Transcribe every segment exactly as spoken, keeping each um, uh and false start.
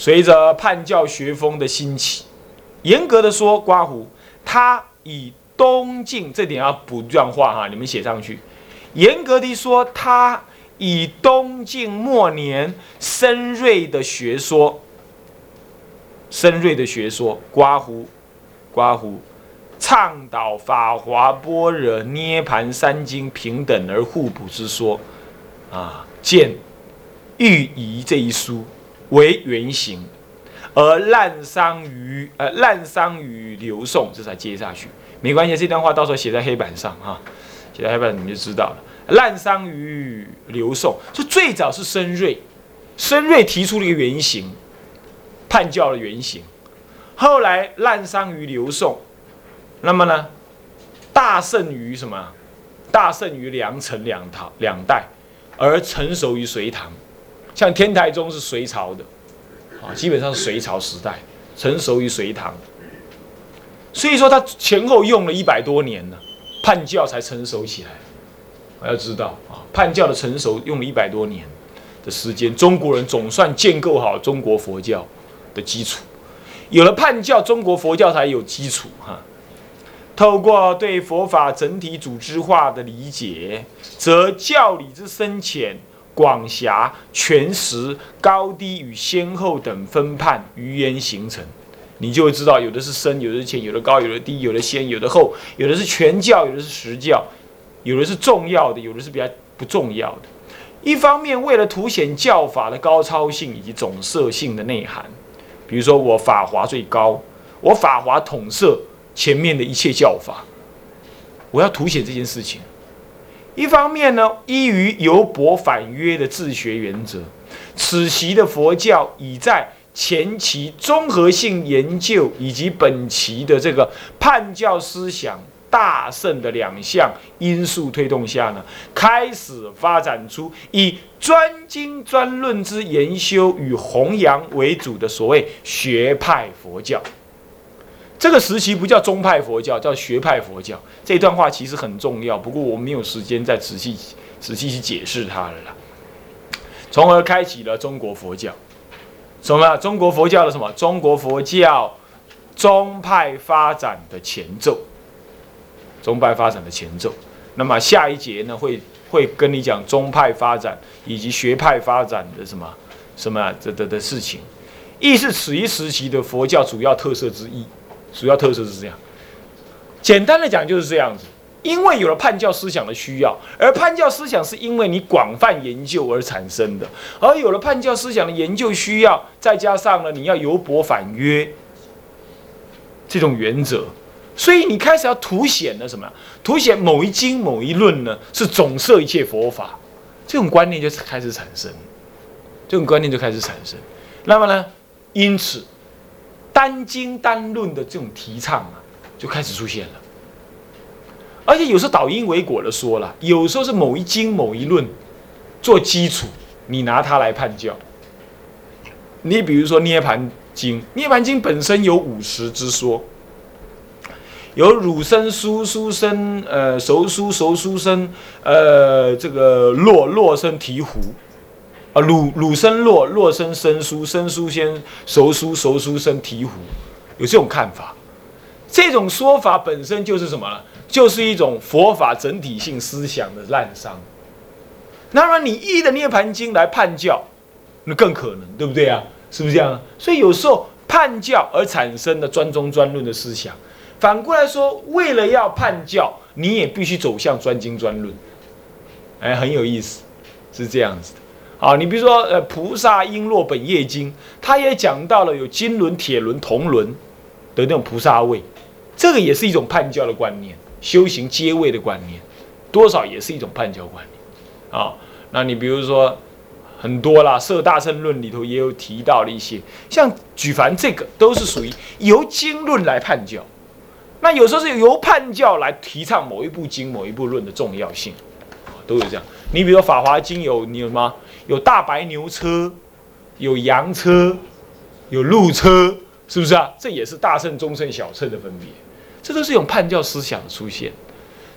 随着叛教学风的兴起，严格的说，刮胡他以东晋这点要补这段话哈，你们写上去。严格的说，他以东晋末年深锐的学说，深锐的学说，刮胡，刮胡，倡导法华般若涅盘三经平等而互补之说，啊，见《御仪》这一书为原型，而滥觞于呃滥觞于刘宋，这才接下去。没关系，这段话到时候写在黑板上哈，写在黑板你们就知道了。滥觞于刘宋，就最早是深锐，深锐提出了一个原型，叛教的原型。后来滥觞于刘宋，那么呢，大盛于什么？大盛于梁陈两朝两代，而成熟于隋唐。像天台宗是隋朝的，啊，基本上是隋朝时代，成熟于隋唐。所以说，他前后用了一百多年呢，叛教才成熟起来。我要知道啊，叛教的成熟用了一百多年的时间，中国人总算建构好中国佛教的基础。有了叛教，中国佛教才有基础哈。透过对佛法整体组织化的理解，则教理之深浅、广狭、权实、高低与先后等分判于焉形成。你就会知道，有的是深，有的是浅，有的高，有的低，有的先，有的后，有的是全教，有的是实教，有的是重要的，有的是比较不重要的。一方面，为了凸显教法的高超性以及总摄性的内涵，比如说我法华最高，我法华统摄前面的一切教法，我要凸显这件事情。一方面呢，依于由博反约的自学原则，此期的佛教已在前期综合性研究以及本期的这个叛教思想大盛的两项因素推动下呢，开始发展出以专经专论之研修与弘扬为主的所谓学派佛教。这个时期不叫宗派佛教，叫学派佛教。这段话其实很重要，不过我没有时间再仔细仔细去解释它了啦。从而开启了中国佛教。什么？中国佛教的什么？中国佛教宗派发展的前奏。宗派发展的前奏。那么下一节呢，会会跟你讲宗派发展以及学派发展的什么什么这的的事情，亦是此一时期的佛教主要特色之一。主要特色是这样，简单的讲就是这样子。因为有了叛教思想的需要，而叛教思想是因为你广泛研究而产生的，而有了叛教思想的研究需要，再加上呢你要由博反约这种原则，所以你开始要凸显了什么？凸显某一经某一论呢是总摄一切佛法，这种观念就开始产生，这种观念就开始产生。那么呢，因此单经单论的这种提倡啊，就开始出现了。而且有时候倒因为果的说了，有时候是某一经某一论做基础，你拿它来判教。你比如说《涅盘经》，《涅盘经》本身有五十之说，有乳生、酥酥生、呃熟酥、熟酥生、呃这个络络生醍醐，啊乳乳生络，络生生酥，生酥先熟酥，熟酥生醍醐，有这种看法。这种说法本身就是什么呢？就是一种佛法整体性思想的滥觞。那么你依的《涅盘经》来判教，那更可能，对不对啊？是不是这样？所以有时候判教而产生的专宗专论的思想，反过来说，为了要判教，你也必须走向专经专论。哎，很有意思，是这样子的。好，你比如说，呃，《菩萨璎珞本业经》，它也讲到了有金轮、铁轮、铜轮的那种菩萨位。这个也是一种叛教的观念，修行阶位的观念，多少也是一种叛教观念啊。那你比如说很多啦，《摄大乘论》里头也有提到了一些，像举凡这个都是属于由经论来叛教。那有时候是由叛教来提倡某一部经、某一部论的重要性，都有这样。你比如说《法华经》有你有吗？有大白牛车，有羊车，有鹿车，是不是啊？这也是大乘、中乘、小乘的分别。这都是一种叛教思想的出现，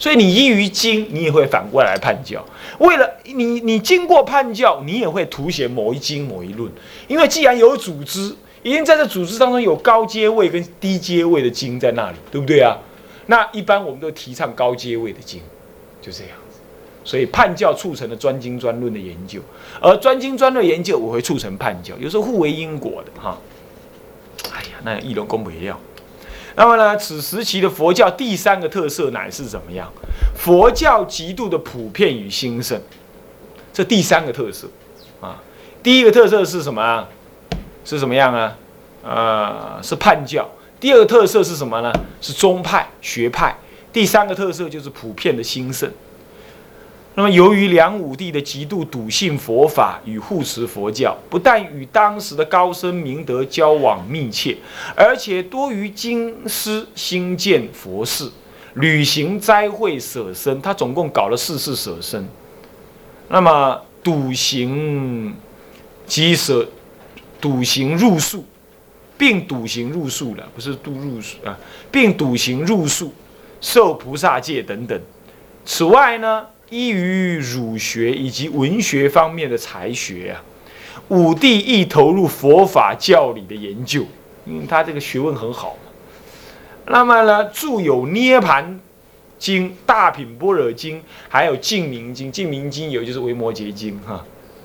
所以你依于经，你也会反过来判教。为了你，你经过判教，你也会凸显某一经某一论。因为既然有组织，一定在这组织当中有高阶位跟低阶位的经在那里，对不对啊？那一般我们都提倡高阶位的经，就这样子。所以判教促成了专经专论的研究，而专经专论研究我会促成判教，有时候互为因果的哈。哎呀，那一龙功不了。那么呢，此时期的佛教第三个特色乃是怎么样？佛教极度的普遍与兴盛，这第三个特色啊。第一个特色是什么啊？是什么样啊？呃，是判教。第二个特色是什么呢？是宗派学派。第三个特色就是普遍的兴盛。那么，由于梁武帝的极度笃信佛法与护持佛教，不但与当时的高僧明德交往密切，而且多于京师兴建佛寺、旅行斋会舍身。他总共搞了四次舍身。那么，笃行及舍，笃行入宿，并笃行入宿了，不是度入宿啊，并笃行入宿、受菩萨戒等等。此外呢，依于儒学以及文学方面的才学啊，武帝亦投入佛法教理的研究，因为他这个学问很好嘛。那么呢，著有《涅盘经》《大品般若经》，还有《净明经》。《净明经》有就是《维摩诘经》哈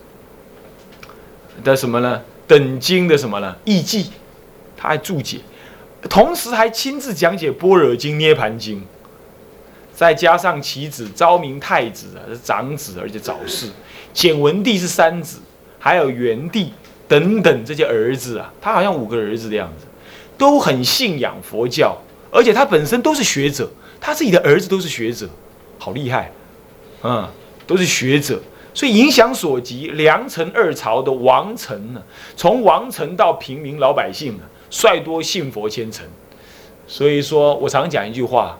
的什么呢？等经的什么呢？译记，他还注解，同时还亲自讲解《般若经》《涅盘经》。再加上其子昭明太子啊，是长子，而且早逝；简文帝是三子，还有元帝等等这些儿子啊，他好像五个儿子的样子，都很信仰佛教，而且他本身都是学者，他自己的儿子都是学者，好厉害，嗯，都是学者，所以影响所及，梁陈二朝的王臣呢，从王臣到平民老百姓啊，率多信佛虔诚。所以说我常讲一句话。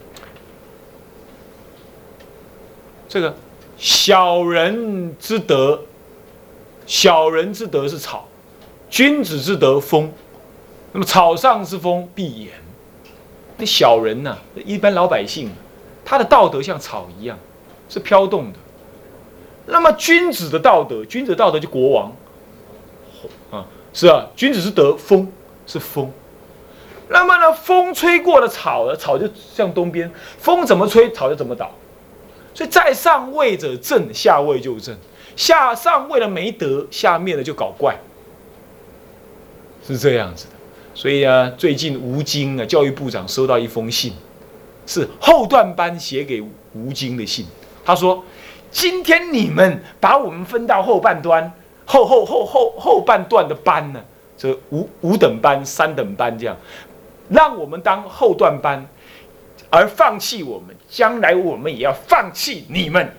这个小人之德，小人之德是草，君子之德风。那么草上之风必偃。那小人呐、啊，一般老百姓，他的道德像草一样，是飘动的。那么君子的道德，君子的道德就国王啊，是啊，君子之德风是风。那么呢，风吹过了草了，草就向东边，风怎么吹，草就怎么倒。所以在上位者正，下位就正。下上位的没德，下面的就搞怪，是这样子的。所以啊，最近吴京啊，教育部长收到一封信，是后段班写给吴京的信。他说：“今天你们把我们分到后半端，后后后后后半段的班呢，这五五等班、三等班这样，让我们当后段班。”而放弃我们，将来我们也要放弃你们。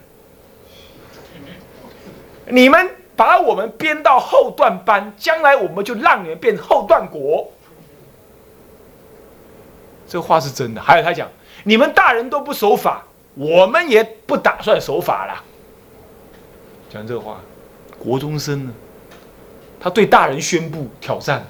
你们把我们编到后段班，将来我们就让你们变后段国。这话是真的。还有他讲，你们大人都不守法，我们也不打算守法了。讲这话，国中生呢，他对大人宣布挑战：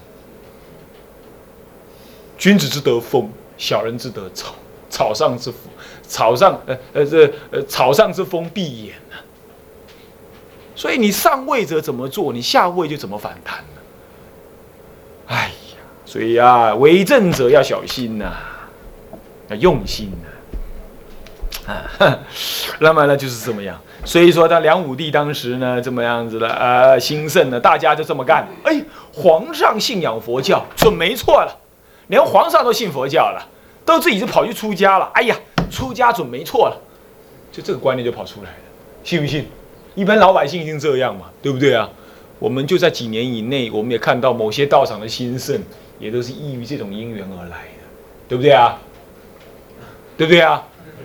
君子之德风，小人之德草。草上之风，草上呃呃这呃草上之风必偃啊。所以你上位者怎么做，你下位就怎么反弹呢？哎呀，所以啊，为政者要小心呐、啊，要用心呐、啊。啊，那么呢就是这么样。所以说，当梁武帝当时呢这么样子的呃兴盛呢，大家就这么干。哎，皇上信仰佛教，准没错了，连皇上都信佛教了。都自己就跑去出家了，哎呀，出家准没错了，就这个观念就跑出来了，信不信？一般老百姓一定这样嘛，对不对啊？我们就在几年以内，我们也看到某些道场的兴盛，也都是依于这种因缘而来的，对不对啊？对不对啊？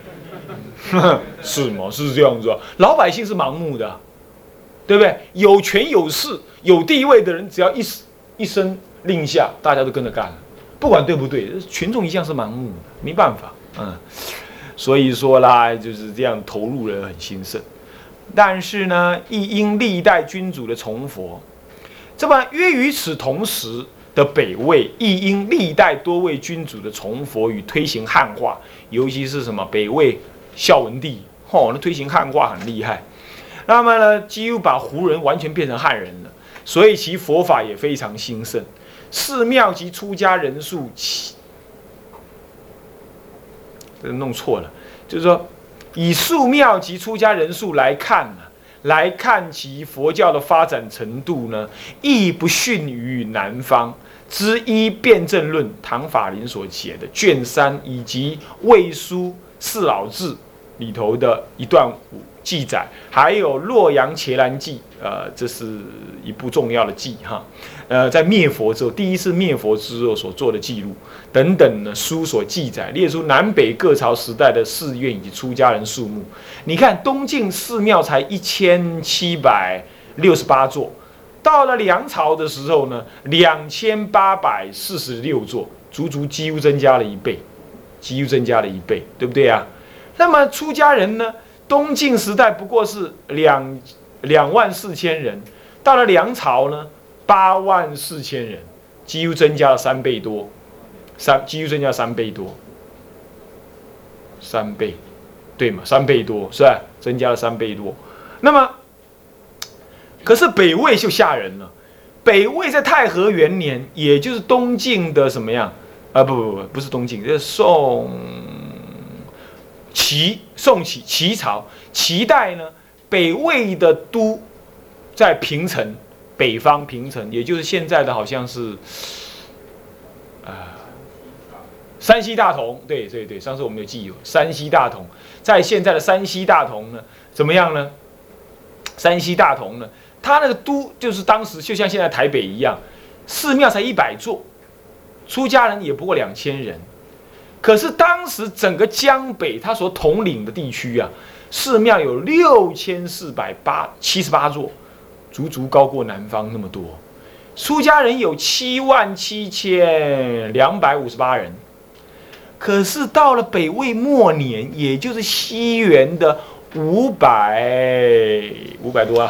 是吗？是这样子啊？老百姓是盲目的，对不对？有权有势有地位的人，只要一一声令下，大家都跟着干了。不管对不对，群众一向是盲目的，没办法，嗯，所以说啦，就是这样投入了很兴盛，但是呢，亦因历代君主的崇佛，这么约于此同时的北魏，亦因历代多位君主的崇佛与推行汉化，尤其是什么北魏孝文帝，哦，那推行汉化很厉害。那么呢，几乎把胡人完全变成汉人了，所以其佛法也非常兴盛。寺庙及出家人数，这弄错了，就是说以寺庙及出家人数来看呢、啊，来看其佛教的发展程度呢，亦不逊于南方。之一辩证论，唐法林所写的卷三以及魏书四老志里头的一段记载，还有洛阳伽蓝记，呃，这是一部重要的记哈，呃，在灭佛之后，第一次灭佛之后所做的记录等等呢，书所记载，列出南北各朝时代的寺院以及出家人数目。你看东晋寺庙才一千七百六十八座。到了梁朝的时候呢，两千八百四十六座，足足几乎增加了一倍，几乎增加了一倍，对不对啊？那么出家人呢？东晋时代不过是两两万四千人，到了梁朝呢，八万四千人，几乎增加了三倍多，三几乎增加三倍多，三倍，对嘛？三倍多是吧？增加了三倍多，那么。可是北魏就吓人了，北魏在太和元年，也就是东晋的什么样？啊，不不不，不是东晋，这是宋齐宋齐齐朝。齐代呢，北魏的都在平城，北方平城，也就是现在的好像是，啊、呃，山西大同。对对对，上次我们有记有山西大同，在现在的山西大同呢，怎么样呢？山西大同呢？他那个都就是当时就像现在台北一样，寺庙才一百座，出家人也不过两千人。可是当时整个江北他所统领的地区啊，寺庙有六千四百八七十八座，足足高过南方那么多。出家人有七万七千两百五十八人。可是到了北魏末年，也就是西元的五百五百多啊。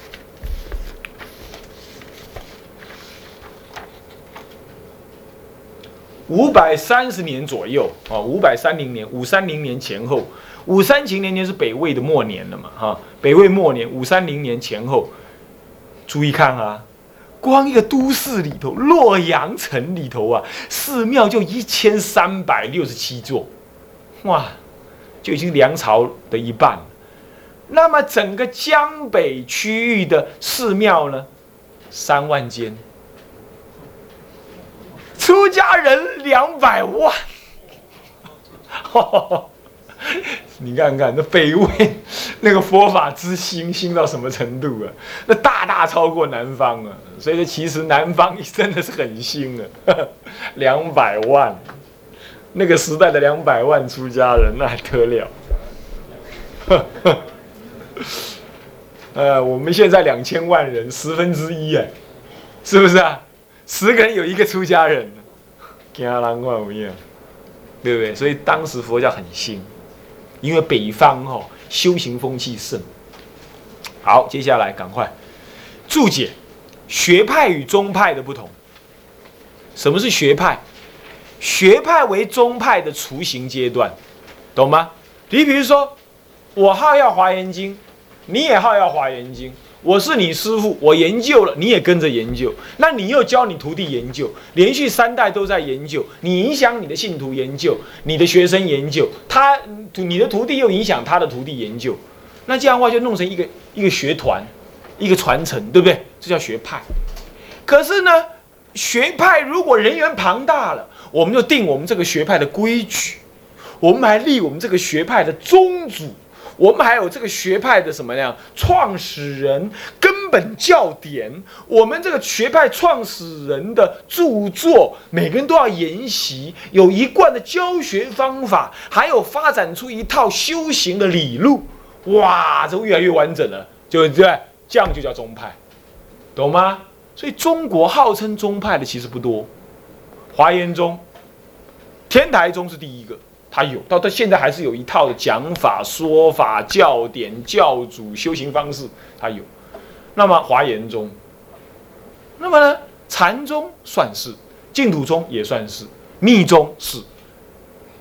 五百三十年左右啊，五百三零年，五三零年前后，五三零年是北魏的末年了嘛，哈，北魏末年，五三零年前后，注意看啊，光一个都市里头，洛阳城里头啊，寺庙就一千三百六十七座，哇，就已经梁朝的一半了。那么整个江北区域的寺庙呢，三万间。出家人两百万，你看看那北魏那个佛法之兴兴到什么程度啊？那大大超过南方啊！所以说，其实南方真的是很兴啊，两百万，那个时代的两百万出家人那还得了？呃，我们现在两千万人，十分之一哎，是不是啊？十个人有一个出家人，惊人看有影，对不对？所以当时佛教很兴，因为北方哦修行风气盛。好，接下来赶快注解学派与宗派的不同。什么是学派？学派为宗派的雏形阶段，懂吗？你比如说，我好要华严经，你也好要华严经。我是你师父，我研究了，你也跟着研究。那你又教你徒弟研究，连续三代都在研究。你影响你的信徒研究，你的学生研究，他你的徒弟又影响他的徒弟研究。那这样的话就弄成一个一个学团，一个传承，对不对？这叫学派。可是呢，学派如果人员庞大了，我们就定我们这个学派的规矩，我们还立我们这个学派的宗主。我们还有这个学派的什么样创始人、根本教典，我们这个学派创始人的著作，每个人都要研习，有一贯的教学方法，还有发展出一套修行的理路，哇，这越来越完整了，对不对？这样就叫宗派，懂吗？所以中国号称宗派的其实不多，华严宗、天台宗是第一个。他有，到到现在还是有一套的讲法、说法、教典、教主、修行方式，他有。那么华严宗，那么呢，禅宗算是，净土宗也算是，密宗是。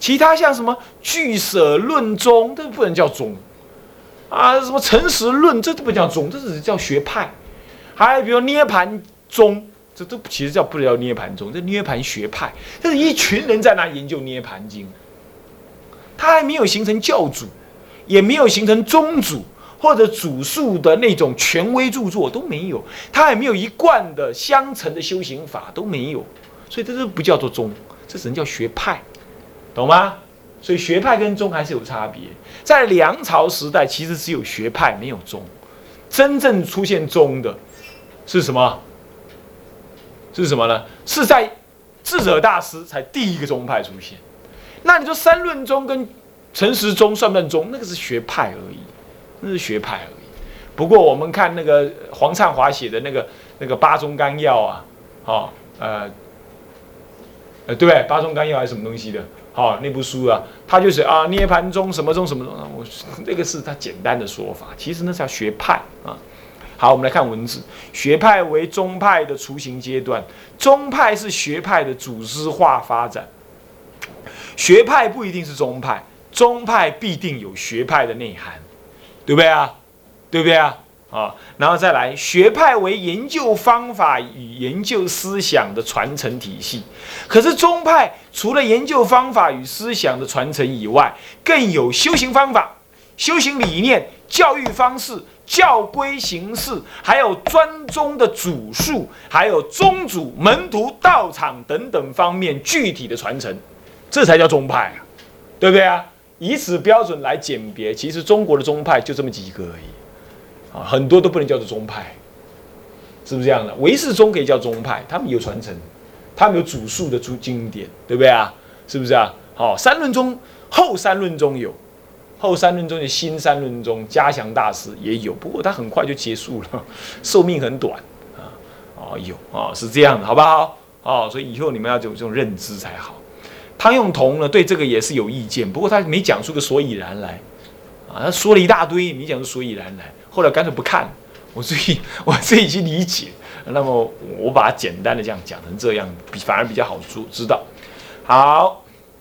其他像什么俱舍论宗，这不能叫宗啊；什么诚实论，这都不叫宗，这只是叫学派。还有比如涅盘宗，这都其实叫不叫涅盘宗，这涅盘学派，这是一群人在那研究涅盘经，他还没有形成教主，也没有形成宗主或者主述的那种权威著作都没有，他也没有一贯的相承的修行法都没有，所以这都不叫做宗，这只能叫学派，懂吗？所以学派跟宗还是有差别。在梁朝时代，其实只有学派没有宗，真正出现宗的是什么？是什么呢？是在智者大师才第一个宗派出现。那你说三论宗跟诚实宗算不算宗？那个是学派而已，那是学派而已。不过我们看那个黄灿华写的那个那个八宗纲要啊，哦，呃，呃，对不对？八宗纲要还是什么东西的？好、哦，那部书啊，他就是啊，涅盘宗什么宗什么宗，我这个是他简单的说法，其实那叫学派啊。好，我们来看文字。学派为宗派的雏形阶段，宗派是学派的组织化发展。学派不一定是宗派，宗派必定有学派的内涵，对不对啊？对不对啊？啊，然后再来，学派为研究方法与研究思想的传承体系。可是宗派除了研究方法与思想的传承以外，更有修行方法、修行理念、教育方式、教规形式，还有专宗的主述，还有宗主、门徒、道场等等方面具体的传承，这才叫宗派啊，对不对啊？以此标准来鉴别，其实中国的宗派就这么几个而已。啊，很多都不能叫做宗派，是不是这样的？唯识宗可以叫宗派，他们有传承，他们有主述的主经典，对不对啊？是不是啊？好、哦，三论宗后三论宗有，后三论宗的新三论宗嘉祥大师也有，不过他很快就结束了，寿命很短啊。哦，有哦，是这样的，好不好？哦，所以以后你们要有这种认知才好。汤用彤呢，对这个也是有意见，不过他没讲出个所以然来啊，他说了一大堆，没讲出所以然来。后来干脆不看，我自己我自己去理解，那么我把它简单的这样讲成这样，比反而比较好知道。好，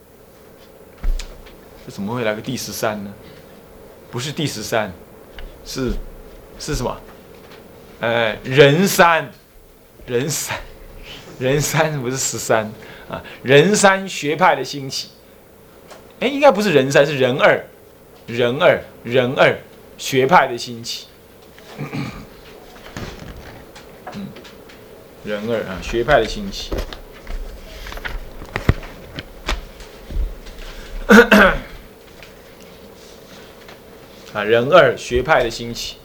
这怎么会来个第十三呢？不是第十三，是是什么？呃，人三，人三，人三不是十三啊？人三学派的兴起，哎，应该不是人三，是人二，人二，人二。学派的兴起，嗯，人二啊，学派的兴起，啊，人二学派的兴起，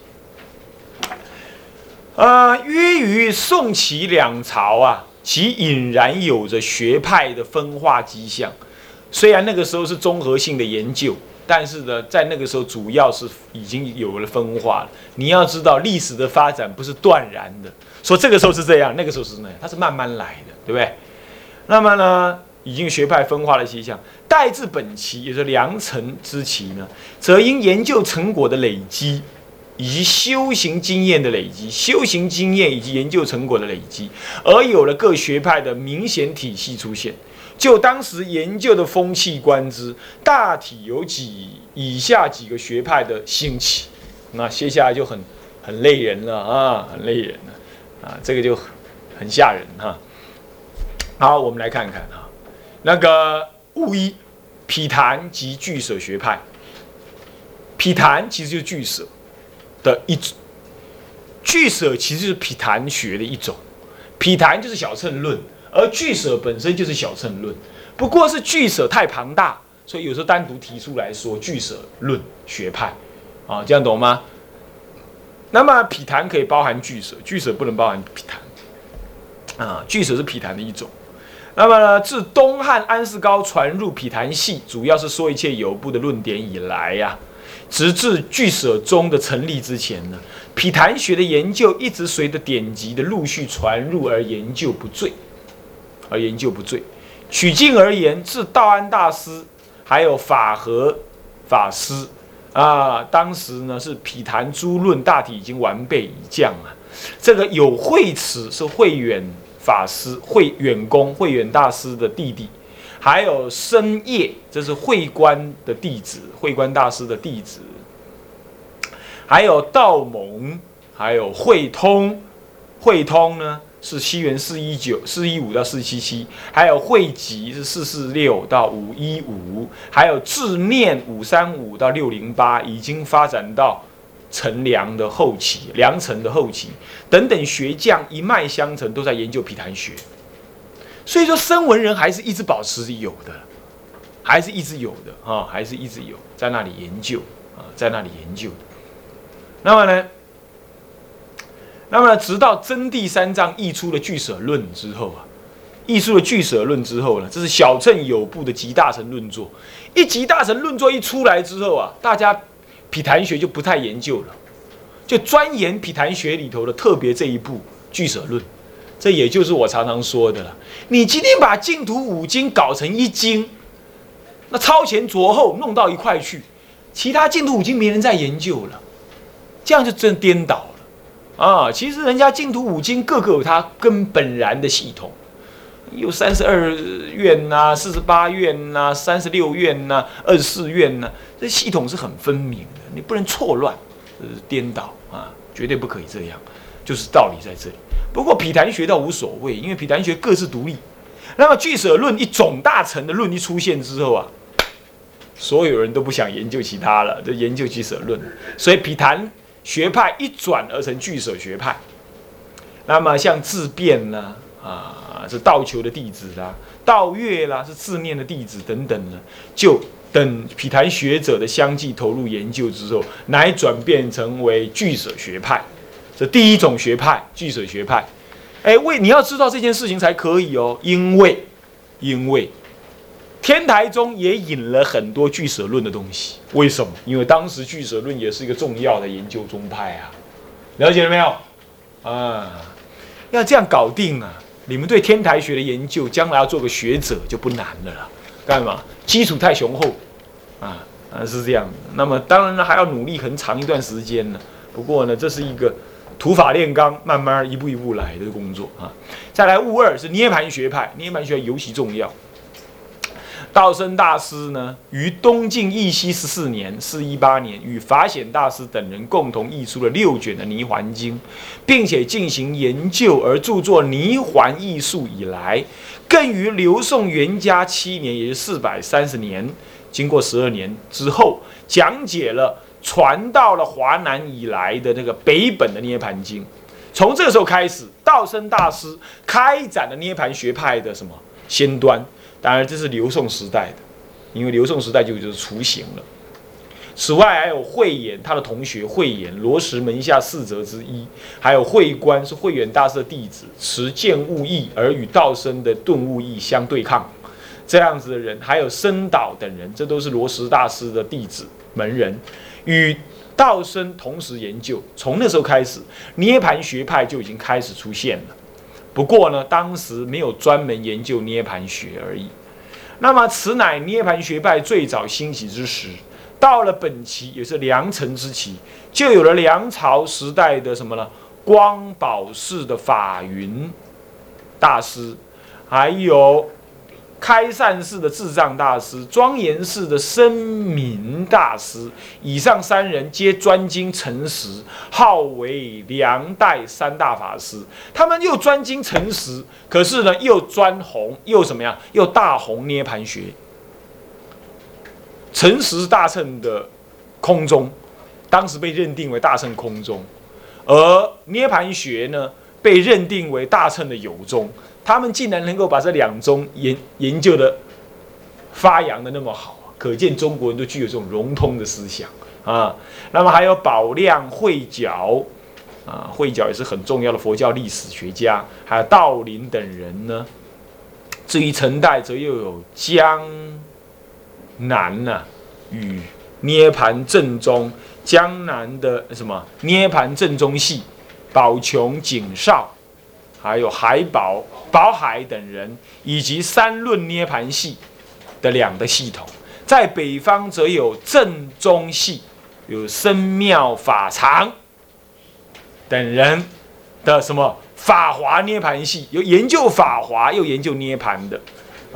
啊，约于宋齐两朝啊，其隐然有着学派的分化迹象。虽然那个时候是综合性的研究。但是呢，在那个时候主要是已经有了分化了。你要知道，历史的发展不是断然的，说这个时候是这样，那个时候是那样，它是慢慢来的，对不对？那么呢，已经学派分化的迹象。待至本期，也就是良辰之期呢，则因研究成果的累积，以及修行经验的累积，修行经验以及研究成果的累积，而有了各学派的明显体系出现。就当时研究的风气观之，大体有几以下几个学派的兴起，那接下来就很很累人了啊，很累人了啊，这个就很吓人哈。好，我们来看看哈，那个戊一毗昙及俱舍学派，毗昙其实就是俱舍的一种，俱舍其实就是毗昙学的一种，毗昙就是小乘论。而俱舍本身就是小乘论，不过是俱舍太庞大，所以有时候单独提出来说俱舍论学派，啊，这样懂吗？那么毗昙可以包含俱舍，俱舍不能包含毗昙，啊，俱舍是毗昙的一种。那么呢，自东汉安世高传入毗昙系，主要是说一切有部的论点以来呀、啊，直至俱舍宗的成立之前呢，毗昙学的研究一直随着典籍的陆续传入而研究不坠。而研究不坠。取经而言，自道安大师还有法和法师啊，当时呢是毗昙诸论大体已经完备已降了。这个有慧持是慧远法师、慧远公、慧远大师的弟弟还有深业，这是慧观的弟子，慧观大师的弟子。还有道蒙，还有慧通，慧通呢是西元四一九、四一五到四七七，还有慧集是四四六到五一五，还有智念五三五到六零八，已经发展到陈梁的后期，梁陈的后期等等学匠一脉相承，都在研究毗昙学。所以说，声闻人还是一直保持有的，还是一直有的啊，还是一直有在那里研究啊，在那里研究的。那么呢，那么呢，直到真谛三藏译出了俱舍论之后啊，译出了俱舍论之后呢，这是小乘有部的集大成论作。一集大成论作一出来之后啊，大家毗昙学就不太研究了，就钻研毗昙学里头的特别这一部俱舍论。这也就是我常常说的了。你今天把净土五经搞成一经，那超前着后弄到一块去，其他净土五经没人在研究了，这样就真颠倒了啊！其实人家净土五经各个有它根本然的系统，有三十二愿呐、四十八愿呐、三十六愿呐、二十四愿呐，这系统是很分明的，你不能错乱，这是颠倒啊，绝对不可以这样，就是道理在这里。不过毗昙学倒无所谓，因为毗昙学各自独立。那么俱舍论一总大成的论一出现之后啊，所有人都不想研究其他了，就研究俱舍论。所以毗昙学派一转而成俱舍学派。那么像自辩啦，啊是道求的弟子啦，道月啦是自念的弟子等等呢，就等毗昙学者的相继投入研究之后，乃转变成为俱舍学派。这第一种学派，俱舍学派。哎，为你要知道这件事情才可以哦，因为因为天台中也引了很多俱舍论的东西。为什么？因为当时俱舍论也是一个重要的研究宗派啊，了解了没有？啊，要这样搞定啊，你们对天台学的研究，将来要做个学者就不难了啦。干嘛？基础太雄厚啊啊，是这样的。那么当然了，还要努力很长一段时间呢。不过呢，这是一个土法炼钢，慢慢一步一步来的工作啊。再来，物二是涅槃学派，涅槃学尤其重要。道生大师呢，于东晋义熙十四年（四一八年），与法显大师等人共同译出了六卷的《泥环经》，并且进行研究而著作《泥环艺术》以来，更于刘宋元嘉七年，也就是四百三十年，经过十二年之后，讲解了传到了华南以来的那个北本的《涅盘经》。从这个时候开始，道生大师开展了涅盘学派的什么先端。当然，这是刘宋时代的，因为刘宋时代就就是雏形了。此外，还有慧眼，他的同学慧眼，罗什门下四哲之一；还有慧观，是慧远大师的弟子，持见物义而与道生的顿悟义相对抗。这样子的人，还有深导等人，这都是罗什大师的弟子门人，与道生同时研究。从那时候开始，涅盘学派就已经开始出现了。不过呢，当时没有专门研究涅盘学而已。那么，此乃涅盘学派最早兴起之时。到了本期，也是梁陈之期，就有了梁朝时代的什么呢？光宝寺的法云大师，还有开善寺的智障大师，庄严寺的深明大师，以上三人皆专精诚实，号为梁代三大法师。他们又专精诚实，可是呢，又专弘，又怎么样？又大弘涅盘学。诚实大乘的空中，当时被认定为大乘空中，而涅盘学呢，被认定为大乘的有中。他们竟然能够把这两宗研研究的发扬的那么好，可见中国人都具有这种融通的思想啊。那么还有宝亮、慧皎啊，慧皎也是很重要的佛教历史学家，还有道林等人呢。至于陈代，则又有江南呐、啊、与涅盘正宗，江南的什么涅盘正宗系，宝琼、景绍。还有海宝、宝海等人，以及三论涅盘系的两个系统，在北方则有正宗系，有深妙法常等人的什么法华涅盘系，有研究法华又研究涅盘的啊。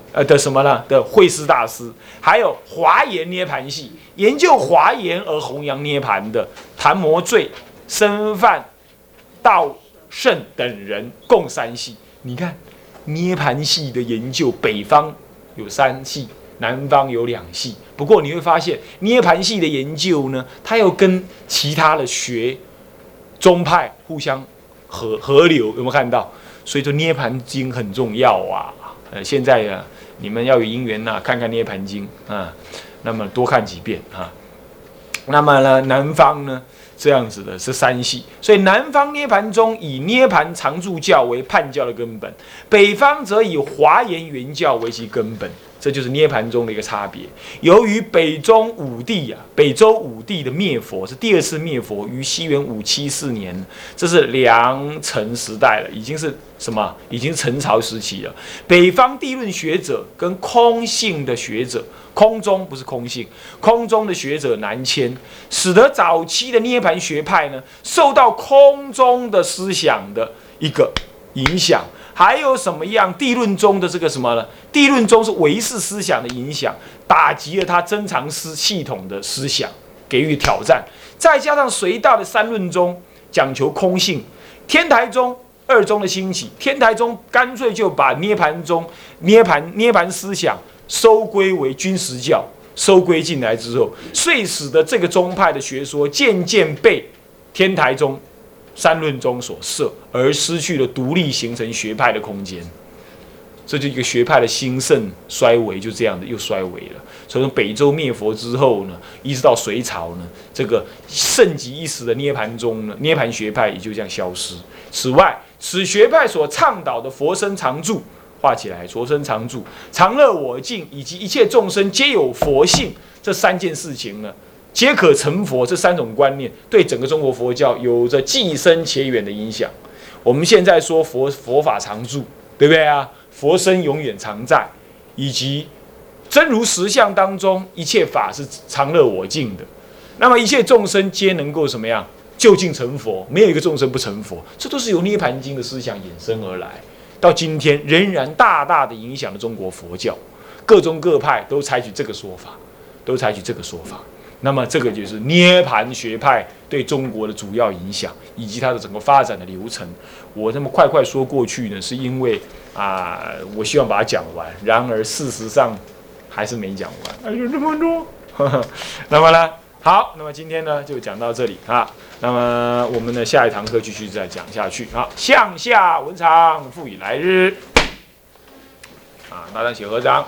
呃的什么呢的慧思大师，还有华严涅盘系研究华严而弘扬涅盘的谭摩醉、僧范、道圣等人共三系。你看涅盘系的研究，北方有三系，南方有两系。不过你会发现，涅盘系的研究呢，它又跟其他的学宗派互相合合流，有没有看到？所以说《涅盘经》很重要啊。呃，现在啊，你们要有因缘呐、啊，看看《涅盘经》啊，那么多看几遍啊。那么呢，南方呢这样子的是三系，所以南方涅盘宗以涅盘常住教为判教的根本，北方则以华严原教为其根本。这就是涅盘宗的一个差别。由于北宗武帝啊，北周武帝的灭佛是第二次灭佛，于西元五七四年，这是良辰时代了，已经是什么？已经陈朝时期了。北方地论学者跟空性的学者，空中不是空性，空中的学者南迁，使得早期的涅盘学派呢，受到空中的思想的一个影响。还有什么样？地论中的这个什么呢？地论中是唯识思想的影响，打击了他真常思系统的思想，给予挑战。再加上隋大的三论中讲求空性，天台宗二宗的兴起，天台宗干脆就把涅盘宗、涅盘涅盘思想收归为军实教，收归进来之后，遂使得这个宗派的学说渐渐被天台宗三论中所摄，而失去了独立形成学派的空间。这就一个学派的兴盛衰微，就这样的又衰微了。所以从北周灭佛之后呢，一直到隋朝呢，这个盛极一时的涅盘宗呢，涅盘学派也就这样消失。此外，此学派所倡导的佛身常住，画起来，佛身常住、常乐我净，以及一切众生皆有佛性，这三件事情呢，皆可成佛，这三种观念对整个中国佛教有着既深且远的影响。我们现在说佛佛法常住，对不对啊？佛身永远常在，以及真如实相当中一切法是常乐我净的。那么一切众生皆能够什么样？究竟成佛，没有一个众生不成佛。这都是由涅盘经的思想衍生而来，到今天仍然大大的影响了中国佛教。各宗各派都采取这个说法，都采取这个说法。那么这个就是涅盘学派对中国的主要影响，以及它的整个发展的流程。我这么快快说过去呢，是因为啊、呃，我希望把它讲完。然而事实上还是没讲完，还有这么多。那么呢，好，那么今天呢就讲到这里啊。那么我们的下一堂课继续再讲下去啊。向下文长，复以来日。啊，大家写合掌。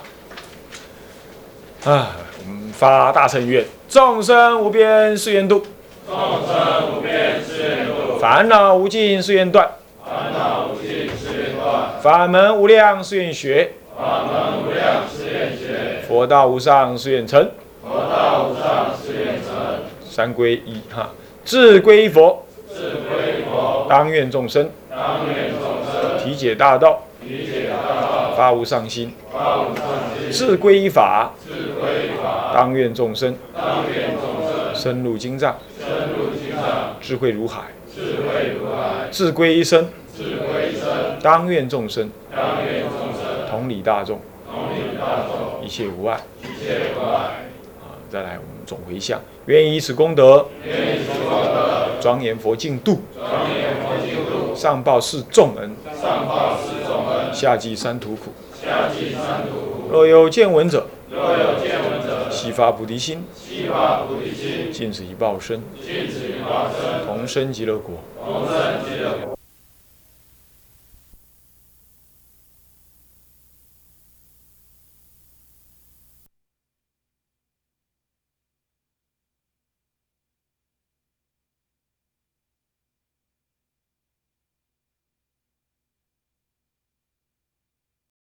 啊，我们发大乘愿，众生无边誓愿度， 众生无边誓愿度， 烦恼无尽誓愿断， 烦恼无尽誓愿断， 法门无量誓愿学， 法门无量誓愿学， 佛道无上誓愿成， 佛道无上誓愿成。 三归一哈，志归佛， 志归佛， 当愿众生， 当愿众生体解大道， 理解大道， 发无上心， 发无上心， 志归法， 志归法， 当愿众生， 当愿众生深入经藏， 深入经藏， 智慧如海， 智慧如海， 志归一生， 智慧一生， 当愿众生， 当愿众生同理大众， 同理大众， 一切无碍。 一切无碍。 啊，再来我们总回向，愿以此功德， 愿以此功德， 庄严佛净土， 庄严佛净土， 上报四重恩， 上报四重恩， 下济三途苦。 下济三途苦。 若有见闻者， 若有见闻者， 悉发菩提心， 悉发菩提心， 尽此一报身， 尽此一报身， 同生极乐国。 同生极乐国。